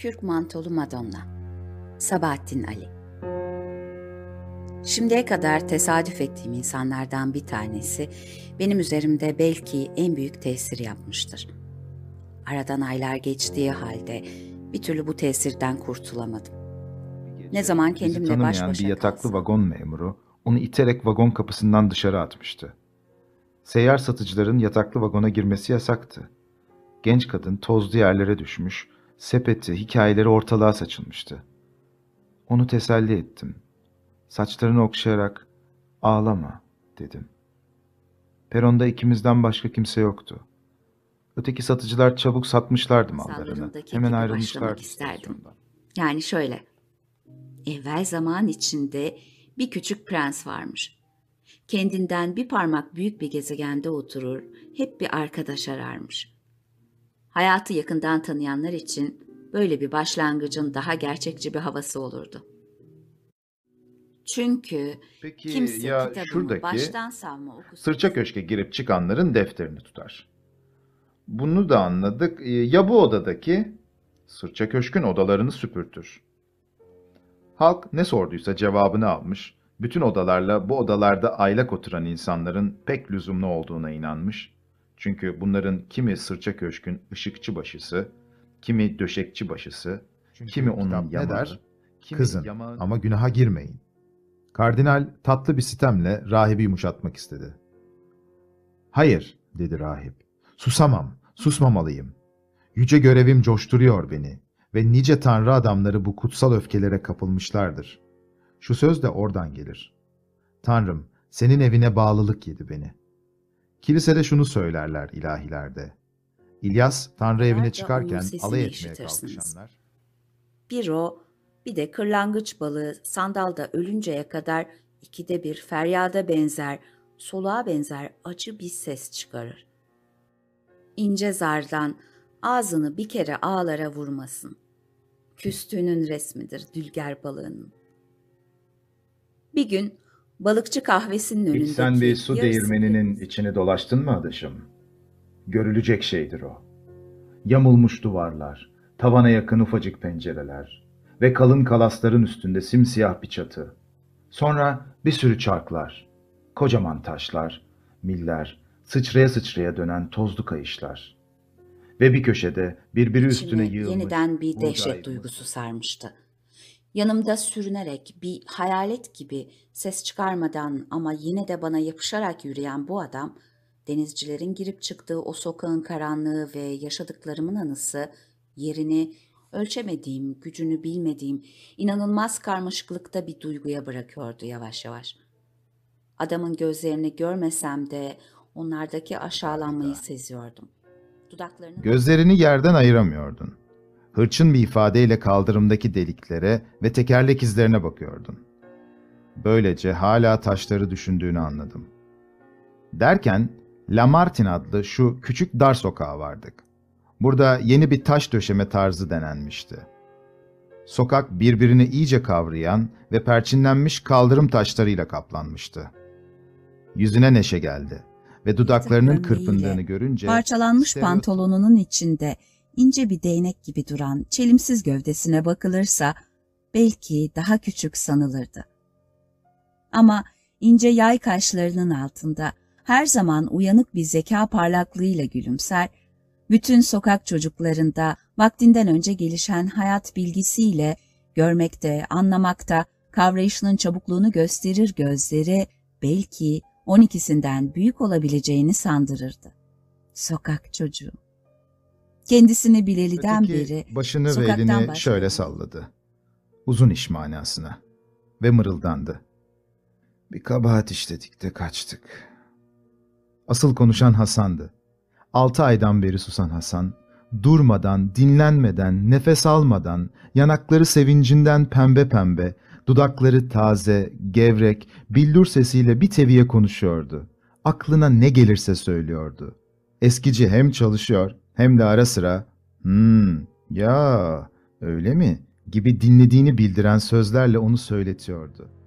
Kürk Mantolu Madonna. Sabahattin Ali. Şimdiye kadar tesadüf ettiğim insanlardan bir tanesi benim üzerimde belki en büyük tesir yapmıştır. Aradan aylar geçtiği halde bir türlü bu tesirden kurtulamadım. Ne zaman kendimle baş tanımayan başa bir yataklı kalsam, vagon memuru onu iterek vagon kapısından dışarı atmıştı. Seyyar satıcıların yataklı vagona girmesi yasaktı. Genç kadın tozlu yerlere düşmüş, sepeti, hikayeleri ortalığa saçılmıştı. Onu teselli ettim. Saçlarını okşayarak, "Ağlama," dedim. Peronda ikimizden başka kimse yoktu. Öteki satıcılar çabuk satmışlardı mallarını. masallarındaki Hemen gibi ayrılmışlardı başlamak isterdim. istasyondan. Yani şöyle, evvel zaman içinde bir küçük prens varmış. Kendinden bir parmak büyük bir gezegende oturur, hep bir arkadaş ararmış. Hayatı yakından tanıyanlar için böyle bir başlangıcın daha gerçekçi bir havası olurdu. Çünkü Peki kimse ya kitabımı şuradaki baştan savma okusun. sırça köşke girip çıkanların defterini tutar? Bunu da anladık. Ya bu odadaki sırça köşkün odalarını süpürtür. Halk ne sorduysa cevabını almış, bütün odalarla bu odalarda aylak oturan insanların pek lüzumlu olduğuna inanmış. Çünkü bunların kimi sırça köşkün ışıkçı başısı, kimi döşekçi başısı, kimi onun kitap ne yamağı, der? kimi Kızın yamağı... ama günaha girmeyin. Kardinal tatlı bir sitemle rahibi yumuşatmak istedi. Hayır, dedi rahip. Susamam, susmamalıyım. Yüce görevim coşturuyor beni ve nice tanrı adamları bu kutsal öfkelere kapılmışlardır. Şu söz de oradan gelir. Tanrım, senin evine bağlılık yedi beni. Kilisede şunu söylerler ilahilerde. İlyas, Tanrı evine da onun çıkarken sesini alay etmeye işitirsiniz. kalkışanlar, Bir o, bir de kırlangıç balığı sandalda ölünceye kadar ikide bir feryada benzer, soluğa benzer acı bir ses çıkarır. İnce zardan ağzını bir kere ağlara vurmasın. Küstüğünün resmidir dülger balığının. Bir gün balıkçı kahvesinin önündeki Hiç sen bir su yarısı değirmeninin içini dolaştın mı adaşım? Görülecek şeydir o. Yamulmuş duvarlar, tavana yakın ufacık pencereler ve kalın kalasların üstünde simsiyah bir çatı. Sonra bir sürü çarklar, kocaman taşlar, miller, sıçraya sıçraya dönen tozlu kayışlar. Ve bir köşede birbiri üstüne İçimi yığılmış yeniden bir buğday dehşet mısır. duygusu sarmıştı. Yanımda sürünerek bir hayalet gibi ses çıkarmadan ama yine de bana yapışarak yürüyen bu adam, denizcilerin girip çıktığı o sokağın karanlığı ve yaşadıklarımın anısı, yerini ölçemediğim, gücünü bilmediğim, inanılmaz karmaşıklıkta bir duyguya bırakıyordu yavaş yavaş. Adamın gözlerini görmesem de onlardaki aşağılanmayı seziyordum. Dudaklarını gözlerini yerden ayıramıyordun. Hırçın bir ifadeyle kaldırımdaki deliklere ve tekerlek izlerine bakıyordun. Böylece hala taşları düşündüğünü anladım. Derken Lamartine adlı şu küçük dar sokağa vardık. Burada yeni bir taş döşeme tarzı denenmişti. Sokak birbirini iyice kavrayan ve perçinlenmiş kaldırım taşlarıyla kaplanmıştı. Yüzüne neşe geldi ve dudaklarının Yatak kırpındığını gömleğiyle, görünce parçalanmış stereo- pantolonunun içinde ince bir değnek gibi duran çelimsiz gövdesine bakılırsa belki daha küçük sanılırdı. Ama ince yay kaşlarının altında her zaman uyanık bir zeka parlaklığıyla gülümser, bütün sokak çocuklarında vaktinden önce gelişen hayat bilgisiyle görmekte, anlamakta, kavrayışının çabukluğunu gösterir gözleri belki 12'sinden büyük olabileceğini sandırırdı. Sokak çocuğu. Kendisini bileliden Öteki beri başını ve sokaktan elini başka şöyle bir- salladı. Uzun iş manasına. Ve mırıldandı. Bir kabahat işledik de kaçtık. Asıl konuşan Hasan'dı. 6 aydan beri susan Hasan, durmadan, dinlenmeden, nefes almadan, yanakları sevincinden pembe pembe, dudakları taze, gevrek, billur sesiyle bir teviye konuşuyordu. Aklına ne gelirse söylüyordu. Eskici hem çalışıyor hem de ara sıra ya öyle mi gibi dinlediğini bildiren sözlerle onu söyletiyordu.